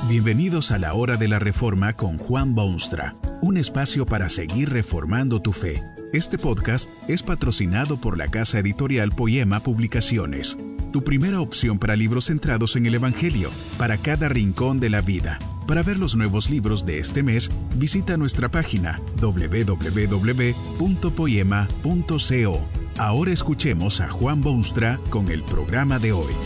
Bienvenidos a la Hora de la Reforma con Juan Boonstra, un espacio para seguir reformando tu fe. Este podcast es patrocinado por la casa editorial Poema Publicaciones, tu primera opción para libros centrados en el Evangelio, para cada rincón de la vida. Para ver los nuevos libros de este mes, visita nuestra página www.poema.co. Ahora escuchemos a Juan Boonstra con el programa de hoy.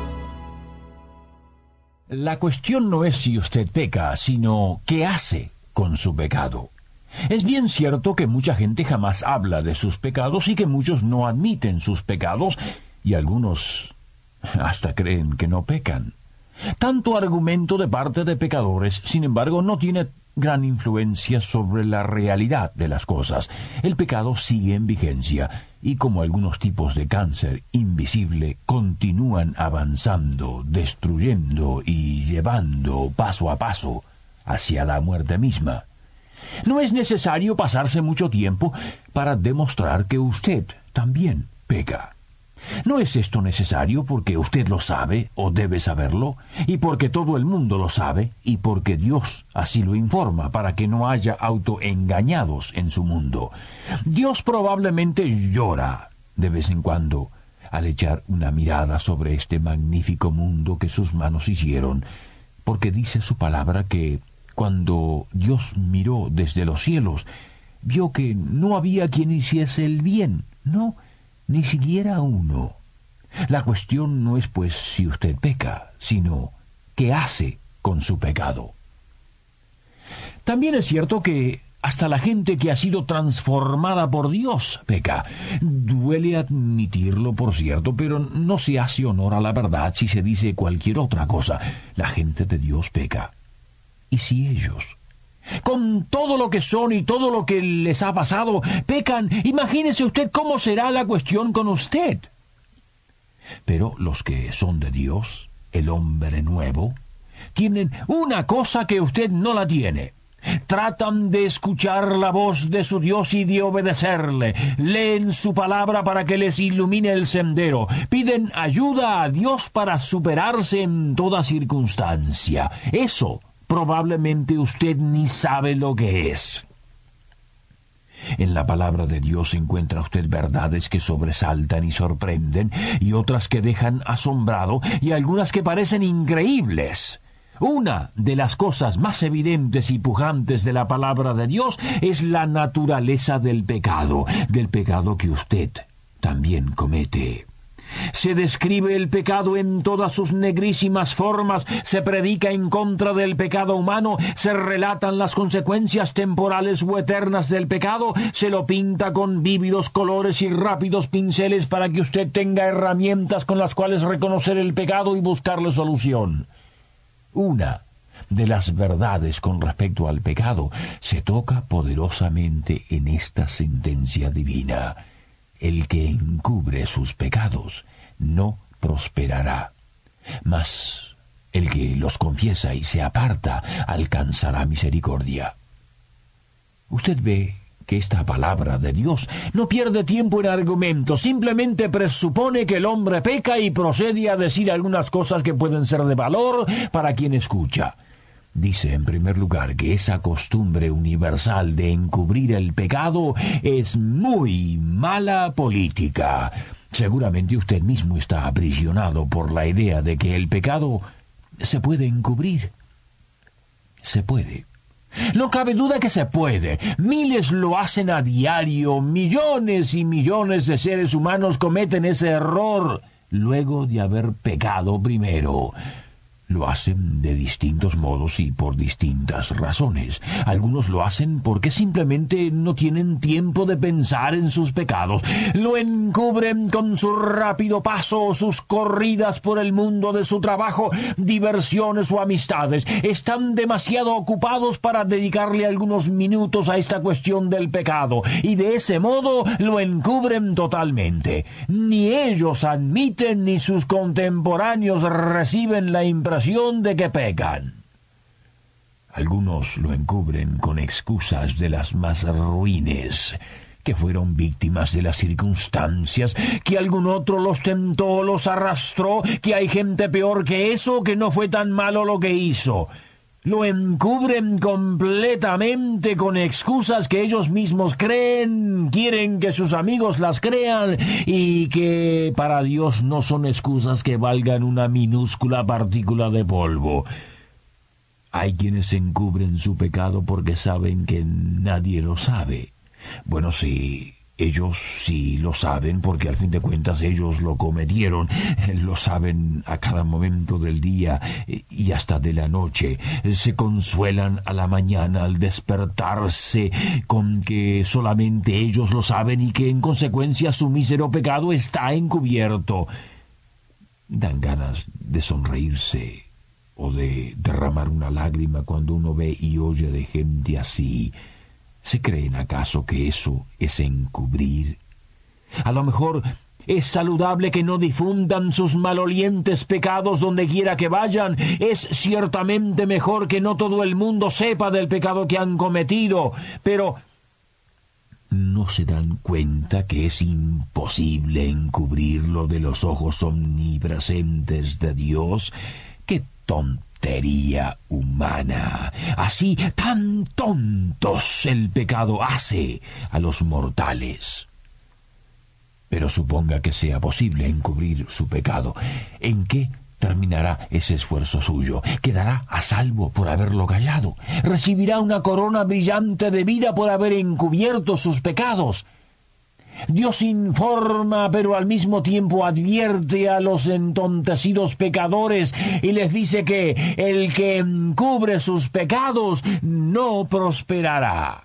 La cuestión no es si usted peca, sino qué hace con su pecado. Es bien cierto que mucha gente jamás habla de sus pecados y que muchos no admiten sus pecados, y algunos hasta creen que no pecan. Tanto argumento de parte de pecadores, sin embargo, no tiene gran influencia sobre la realidad de las cosas. El pecado sigue en vigencia, y como algunos tipos de cáncer invisible, continúan avanzando, destruyendo y llevando paso a paso hacia la muerte misma. No es necesario pasarse mucho tiempo para demostrar que usted también peca. No es esto necesario porque usted lo sabe o debe saberlo, y porque todo el mundo lo sabe, y porque Dios así lo informa para que no haya autoengañados en su mundo. Dios probablemente llora de vez en cuando al echar una mirada sobre este magnífico mundo que sus manos hicieron, porque dice su palabra que cuando Dios miró desde los cielos, vio que no había quien hiciese el bien, no, ni siquiera uno. La cuestión no es pues si usted peca, sino qué hace con su pecado. También es cierto que hasta la gente que ha sido transformada por Dios peca. Duele admitirlo, por cierto, pero no se hace honor a la verdad si se dice cualquier otra cosa. La gente de Dios peca. ¿Y si ellos, con todo lo que son y todo lo que les ha pasado, pecan? Imagínese usted cómo será la cuestión con usted. Pero los que son de Dios, el hombre nuevo, tienen una cosa que usted no la tiene. Tratan de escuchar la voz de su Dios y de obedecerle. Leen su palabra para que les ilumine el sendero. Piden ayuda a Dios para superarse en toda circunstancia. Eso probablemente usted ni sabe lo que es. En la palabra de Dios encuentra usted verdades que sobresaltan y sorprenden, y otras que dejan asombrado, y algunas que parecen increíbles. Una de las cosas más evidentes y pujantes de la palabra de Dios es la naturaleza del pecado que usted también comete. Se describe el pecado en todas sus negrísimas formas, se predica en contra del pecado humano, se relatan las consecuencias temporales o eternas del pecado, se lo pinta con vívidos colores y rápidos pinceles para que usted tenga herramientas con las cuales reconocer el pecado y buscarle solución. Una de las verdades con respecto al pecado se toca poderosamente en esta sentencia divina: el que encubre sus pecados no prosperará, mas el que los confiesa y se aparta alcanzará misericordia. Usted ve que esta palabra de Dios no pierde tiempo en argumentos, simplemente presupone que el hombre peca y procede a decir algunas cosas que pueden ser de valor para quien escucha. Dice, en primer lugar, que esa costumbre universal de encubrir el pecado es muy mala política. Seguramente usted mismo está aprisionado por la idea de que el pecado se puede encubrir. Se puede. No cabe duda que se puede. Miles lo hacen a diario. Millones y millones de seres humanos cometen ese error luego de haber pecado primero. Lo hacen de distintos modos y por distintas razones. Algunos lo hacen porque simplemente no tienen tiempo de pensar en sus pecados. Lo encubren con su rápido paso, sus corridas por el mundo de su trabajo, diversiones o amistades. Están demasiado ocupados para dedicarle algunos minutos a esta cuestión del pecado, y de ese modo lo encubren totalmente. Ni ellos admiten ni sus contemporáneos reciben la impresión de que pecan. Algunos lo encubren con excusas de las más ruines, que fueron víctimas de las circunstancias, que algún otro los tentó, los arrastró, que hay gente peor que eso, que no fue tan malo lo que hizo. Lo encubren completamente con excusas que ellos mismos creen, quieren que sus amigos las crean y que para Dios no son excusas que valgan una minúscula partícula de polvo. Hay quienes encubren su pecado porque saben que nadie lo sabe. Bueno, sí, ellos sí lo saben porque al fin de cuentas ellos lo cometieron. Lo saben a cada momento del día y hasta de la noche. Se consuelan a la mañana al despertarse con que solamente ellos lo saben y que en consecuencia su mísero pecado está encubierto. Dan ganas de sonreírse o de derramar una lágrima cuando uno ve y oye de gente así. ¿Se creen acaso que eso es encubrir? A lo mejor es saludable que no difundan sus malolientes pecados donde quiera que vayan. Es ciertamente mejor que no todo el mundo sepa del pecado que han cometido, pero ¿no se dan cuenta que es imposible encubrirlo de los ojos omnipresentes de Dios? ¡Qué tontería humana! Así tan tontos el pecado hace a los mortales. Pero suponga que sea posible encubrir su pecado. ¿En qué terminará ese esfuerzo suyo? ¿Quedará a salvo por haberlo callado? ¿Recibirá una corona brillante de vida por haber encubierto sus pecados? Dios informa, pero al mismo tiempo advierte a los entontecidos pecadores y les dice que el que encubre sus pecados no prosperará.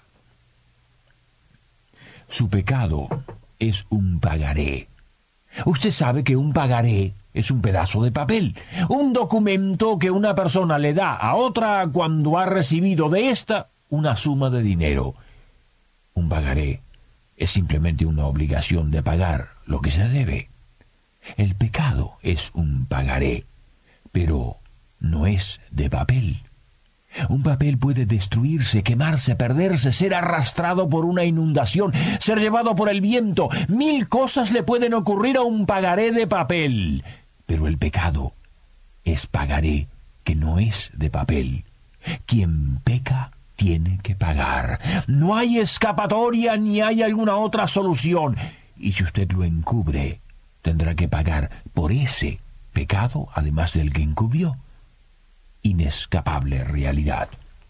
Su pecado es un pagaré. Usted sabe que un pagaré es un pedazo de papel, un documento que una persona le da a otra cuando ha recibido de ésta una suma de dinero. Un pagaré es simplemente una obligación de pagar lo que se debe. El pecado es un pagaré, pero no es de papel. Un papel puede destruirse, quemarse, perderse, ser arrastrado por una inundación, ser llevado por el viento. 1000 cosas le pueden ocurrir a un pagaré de papel. Pero el pecado es pagaré que no es de papel. Quien peca tiene que pagar. No hay escapatoria ni hay alguna otra solución. Y si usted lo encubre, tendrá que pagar por ese pecado, además del que encubrió. Inescapable realidad.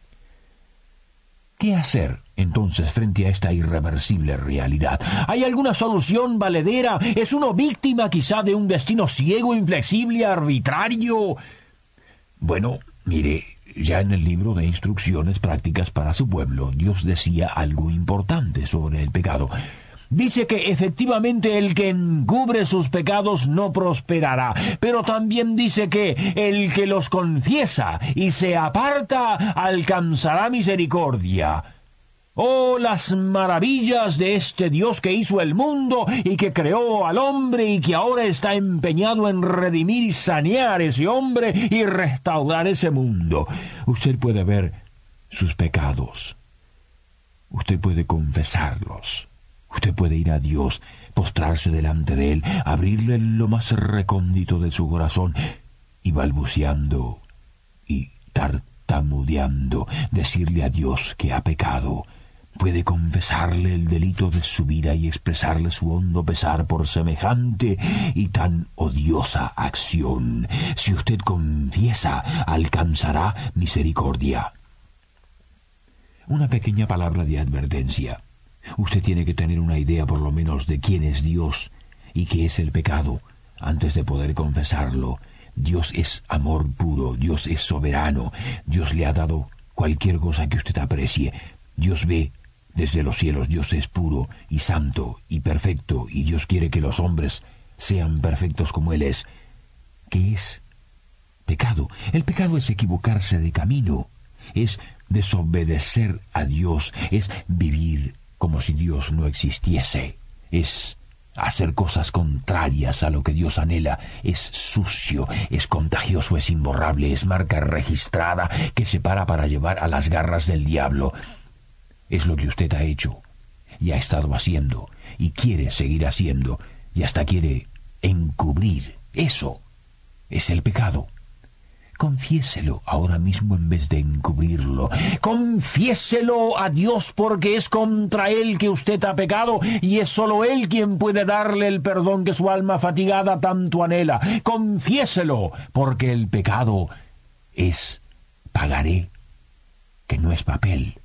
¿Qué hacer entonces frente a esta irreversible realidad? ¿Hay alguna solución valedera? ¿Es uno víctima quizá de un destino ciego, inflexible, arbitrario? Bueno, mire, ya en el libro de Instrucciones Prácticas para su pueblo, Dios decía algo importante sobre el pecado. Dice que efectivamente el que encubre sus pecados no prosperará, pero también dice que el que los confiesa y se aparta alcanzará misericordia. ¡Oh, las maravillas de este Dios que hizo el mundo y que creó al hombre y que ahora está empeñado en redimir y sanear ese hombre y restaurar ese mundo! Usted puede ver sus pecados. Usted puede confesarlos. Usted puede ir a Dios, postrarse delante de Él, abrirle lo más recóndito de su corazón y balbuceando y tartamudeando, decirle a Dios que ha pecado. Puede confesarle el delito de su vida y expresarle su hondo pesar por semejante y tan odiosa acción. Si usted confiesa, alcanzará misericordia. Una pequeña palabra de advertencia. Usted tiene que tener una idea por lo menos de quién es Dios y qué es el pecado antes de poder confesarlo. Dios es amor puro, Dios es soberano, Dios le ha dado cualquier cosa que usted aprecie. Dios ve desde los cielos, Dios es puro y santo y perfecto, y Dios quiere que los hombres sean perfectos como Él es. ¿Qué es pecado? El pecado es equivocarse de camino, es desobedecer a Dios, es vivir como si Dios no existiese, es hacer cosas contrarias a lo que Dios anhela, es sucio, es contagioso, es imborrable, es marca registrada que se para llevar a las garras del diablo. Es lo que usted ha hecho y ha estado haciendo y quiere seguir haciendo y hasta quiere encubrir. Eso es el pecado. Confiéselo ahora mismo en vez de encubrirlo. Confiéselo a Dios, porque es contra Él que usted ha pecado y es solo Él quien puede darle el perdón que su alma fatigada tanto anhela. Confiéselo, porque el pecado es pagaré, que no es papel.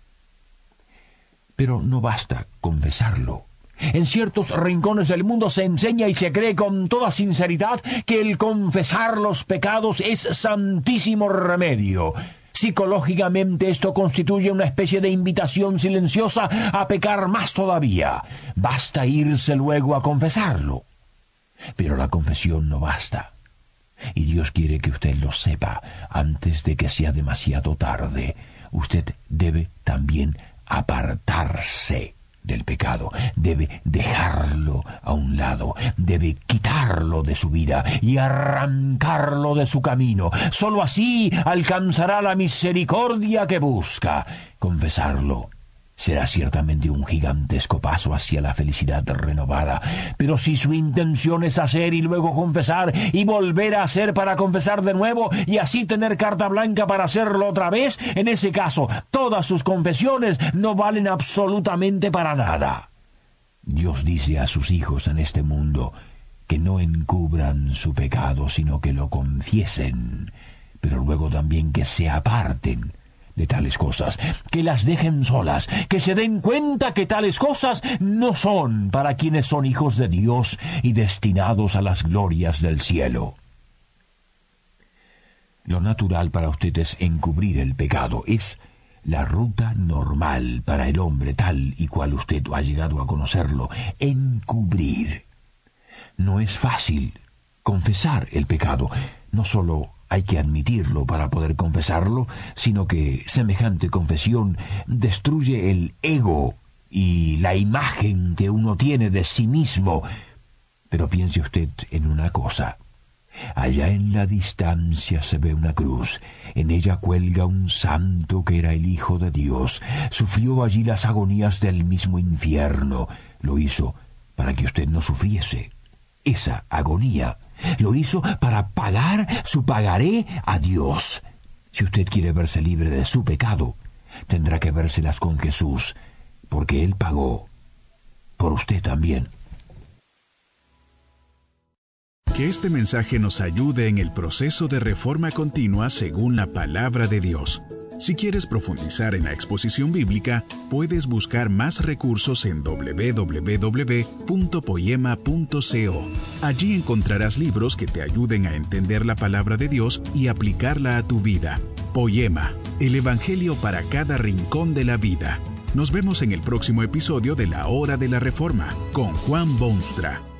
Pero no basta confesarlo. En ciertos rincones del mundo se enseña y se cree con toda sinceridad que el confesar los pecados es santísimo remedio. Psicológicamente esto constituye una especie de invitación silenciosa a pecar más todavía. Basta irse luego a confesarlo. Pero la confesión no basta. Y Dios quiere que usted lo sepa antes de que sea demasiado tarde. Usted debe también apartarse del pecado, debe dejarlo a un lado, debe quitarlo de su vida y arrancarlo de su camino. Solo así alcanzará la misericordia que busca. Confesarlo será ciertamente un gigantesco paso hacia la felicidad renovada, pero si su intención es hacer y luego confesar y volver a hacer para confesar de nuevo y así tener carta blanca para hacerlo otra vez, en ese caso todas sus confesiones no valen absolutamente para nada. Dios dice a sus hijos en este mundo que no encubran su pecado, sino que lo confiesen, pero luego también que se aparten de tales cosas, que las dejen solas, que se den cuenta que tales cosas no son para quienes son hijos de Dios y destinados a las glorias del cielo. Lo natural para usted es encubrir el pecado, es la ruta normal para el hombre tal y cual usted ha llegado a conocerlo, encubrir. No es fácil confesar el pecado, no solo hay que admitirlo para poder confesarlo, sino que semejante confesión destruye el ego y la imagen que uno tiene de sí mismo. Pero piense usted en una cosa. Allá en la distancia se ve una cruz. En ella cuelga un santo que era el Hijo de Dios. Sufrió allí las agonías del mismo infierno. Lo hizo para que usted no sufriese esa agonía. Lo hizo para pagar su pagaré a Dios. Si usted quiere verse libre de su pecado, tendrá que vérselas con Jesús, porque Él pagó por usted también. Que este mensaje nos ayude en el proceso de reforma continua según la palabra de Dios. Si quieres profundizar en la exposición bíblica, puedes buscar más recursos en www.poema.co. Allí encontrarás libros que te ayuden a entender la palabra de Dios y aplicarla a tu vida. Poema, el Evangelio para cada rincón de la vida. Nos vemos en el próximo episodio de La Hora de la Reforma con Juan Boonstra.